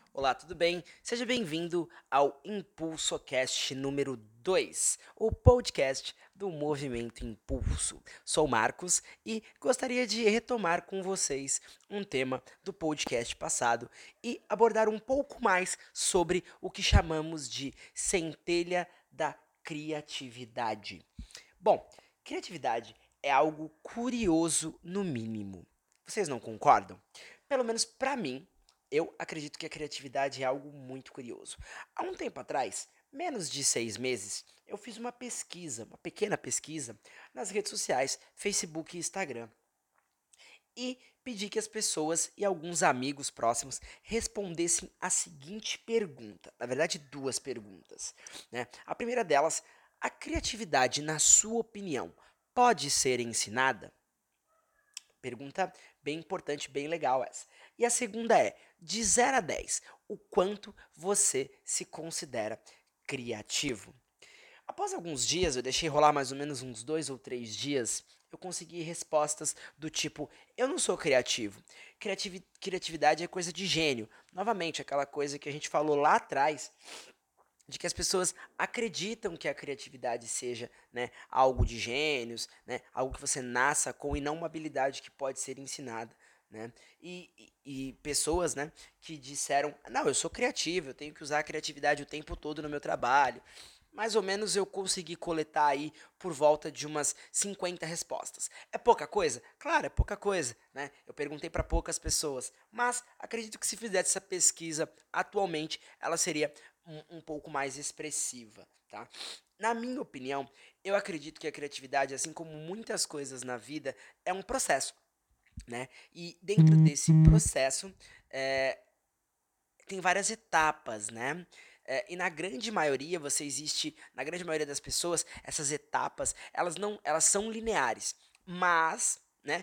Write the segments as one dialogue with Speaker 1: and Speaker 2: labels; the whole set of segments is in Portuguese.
Speaker 1: Olá, tudo bem? Seja bem-vindo ao ImpulsoCast número 2, o podcast do Movimento Impulso. Sou o Marcos e gostaria de retomar com vocês um tema do podcast passado e abordar um pouco mais sobre o que chamamos de centelha da criatividade. Bom, criatividade é algo curioso no mínimo. Vocês não concordam? Pelo menos para mim, eu acredito que a criatividade é algo muito curioso. Há um tempo atrás, menos de 6 meses, eu fiz uma pesquisa, uma pequena pesquisa, nas redes sociais, Facebook e Instagram. E pedi que as pessoas e alguns amigos próximos respondessem a seguinte pergunta. Na verdade, duas perguntas. Né? A primeira delas, a criatividade, na sua opinião, pode ser ensinada? Pergunta bem importante, bem legal essa. E a segunda é: de 0 a 10, o quanto você se considera criativo? Após alguns dias, eu deixei rolar mais ou menos uns 2 ou 3 dias, eu consegui respostas do tipo: eu não sou criativo. Criatividade é coisa de gênio. Novamente, aquela coisa que a gente falou lá atrás, de que as pessoas acreditam que a criatividade seja, né, algo de gênios, né, algo que você nasça com e não uma habilidade que pode ser ensinada. Né? E pessoas, né, que disseram: não, eu sou criativo, eu tenho que usar a criatividade o tempo todo no meu trabalho. Mais ou menos eu consegui coletar aí por volta de umas 50 respostas. É pouca coisa? Claro, é pouca coisa, né? Eu perguntei para poucas pessoas, mas acredito que se fizesse essa pesquisa atualmente, ela seria um pouco mais expressiva, tá? Na minha opinião, eu acredito que a criatividade, assim como muitas coisas na vida, é um processo, né? E dentro desse processo, é, tem várias etapas, né? E na grande maioria, na grande maioria das pessoas, essas etapas, elas são lineares, mas, né?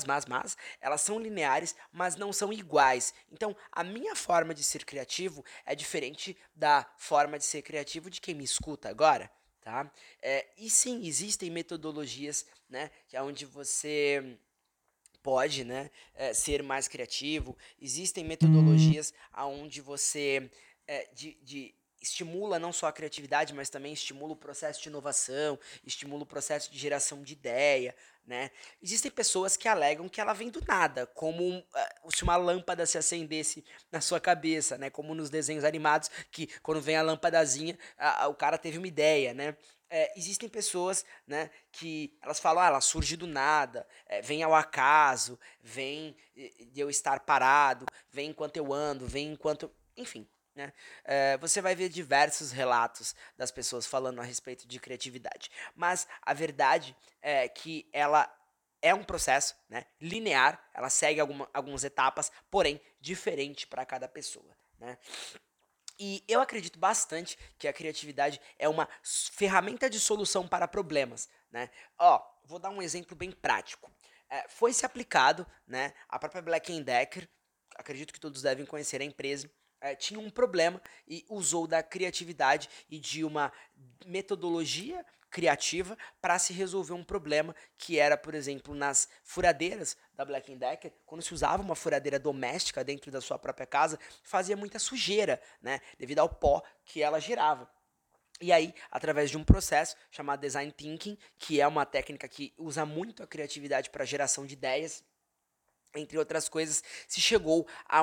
Speaker 1: Elas são lineares, mas não são iguais. Então, a minha forma de ser criativo é diferente da forma de ser criativo de quem me escuta agora, tá? E sim, existem metodologias, né? Que é onde você pode, né, ser mais criativo. Existem metodologias aonde você estimula não só a criatividade, mas também estimula o processo de inovação, estimula o processo de geração de ideia, né? Existem pessoas que alegam que ela vem do nada, como se uma lâmpada se acendesse na sua cabeça, né? Como nos desenhos animados, que quando vem a lâmpadazinha, o cara teve uma ideia, né? Existem pessoas, né, que elas falam: ela surge do nada, vem ao acaso, vem de eu estar parado, vem enquanto eu ando, vem enquanto. Enfim. Né? Você vai ver diversos relatos das pessoas falando a respeito de criatividade. Mas a verdade é que ela é um processo, né, linear, ela segue algumas etapas, porém diferente para cada pessoa. Né? E eu acredito bastante que a criatividade é uma ferramenta de solução para problemas, né? Ó, vou dar um exemplo bem prático. Foi se aplicado, né? A própria Black Decker, acredito que todos devem conhecer a empresa, tinha um problema e usou da criatividade e de uma metodologia criativa para se resolver um problema que era, por exemplo, nas furadeiras da Black Decker, quando se usava uma furadeira doméstica dentro da sua própria casa, fazia muita sujeira, né, devido ao pó que ela gerava. E aí, através de um processo chamado Design Thinking, que é uma técnica que usa muito a criatividade para geração de ideias, entre outras coisas, se chegou a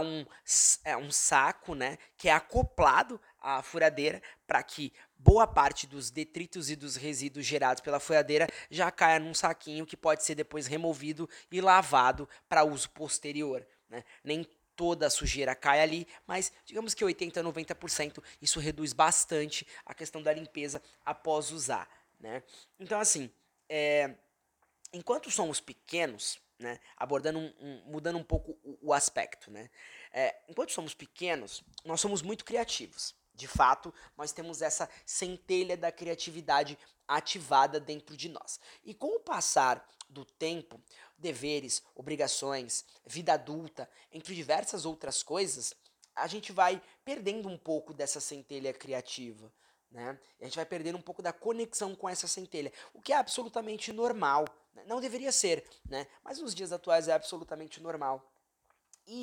Speaker 1: um saco, né, que é acoplado à furadeira para que boa parte dos detritos e dos resíduos gerados pela furadeira já caia num saquinho que pode ser depois removido e lavado para uso posterior. Né? Nem toda a sujeira cai ali, mas digamos que 80 a 90% isso reduz bastante a questão da limpeza após usar. Né? Então, assim, é, enquanto somos pequenos, né, mudando um pouco o aspecto, né, enquanto somos pequenos, nós somos muito criativos. De fato, nós temos essa centelha da criatividade ativada dentro de nós. E com o passar do tempo, deveres, obrigações, vida adulta, entre diversas outras coisas, a gente vai perdendo um pouco dessa centelha criativa. Né? E a gente vai perdendo um pouco da conexão com essa centelha, o que é absolutamente normal. Né? Não deveria ser, né? Mas nos dias atuais é absolutamente normal. E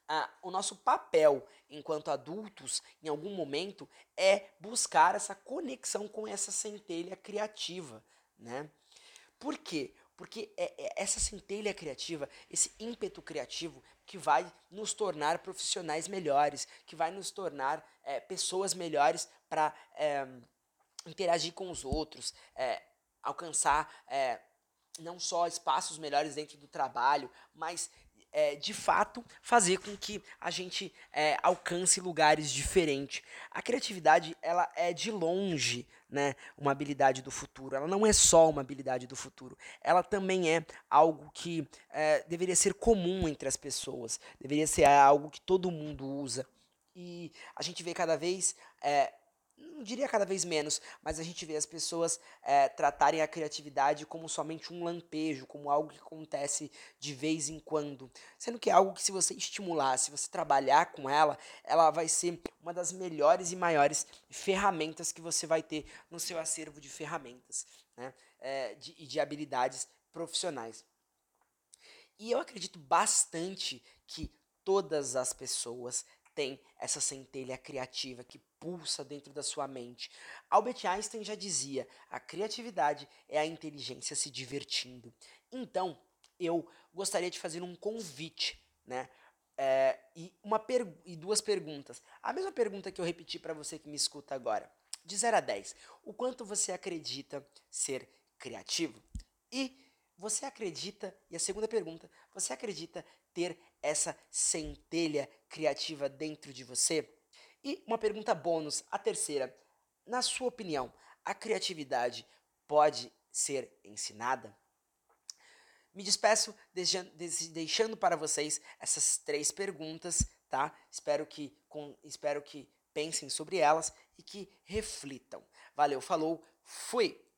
Speaker 1: O nosso papel enquanto adultos, em algum momento, é buscar essa conexão com essa centelha criativa, né? Por quê? Porque é essa centelha criativa, esse ímpeto criativo que vai nos tornar profissionais melhores, que vai nos tornar pessoas melhores para interagir com os outros, alcançar não só espaços melhores dentro do trabalho, mas de fato fazer com que a gente alcance lugares diferentes. A criatividade, ela é de longe, né, uma habilidade do futuro. Ela não é só uma habilidade do futuro. Ela também é algo que deveria ser comum entre as pessoas. Deveria ser algo que todo mundo usa. E a gente vê cada vez não diria cada vez menos, mas a gente vê as pessoas tratarem a criatividade como somente um lampejo, como algo que acontece de vez em quando. Sendo que é algo que, se você estimular, se você trabalhar com ela, ela vai ser uma das melhores e maiores ferramentas que você vai ter no seu acervo de ferramentas, né? E de habilidades profissionais. E eu acredito bastante que todas as pessoas têm essa centelha criativa que pulsa dentro da sua mente. Albert Einstein já dizia: a criatividade é a inteligência se divertindo. Então, eu gostaria de fazer um convite, né? E duas perguntas. A mesma pergunta que eu repeti para você que me escuta agora. De 0 a 10, o quanto você acredita ser criativo? E você acredita, e a segunda pergunta, você acredita ter essa centelha criativa dentro de você? E uma pergunta bônus, a terceira, na sua opinião, a criatividade pode ser ensinada? Me despeço deixando para vocês essas três perguntas, tá? Espero que pensem sobre elas e que reflitam. Valeu, falou, fui!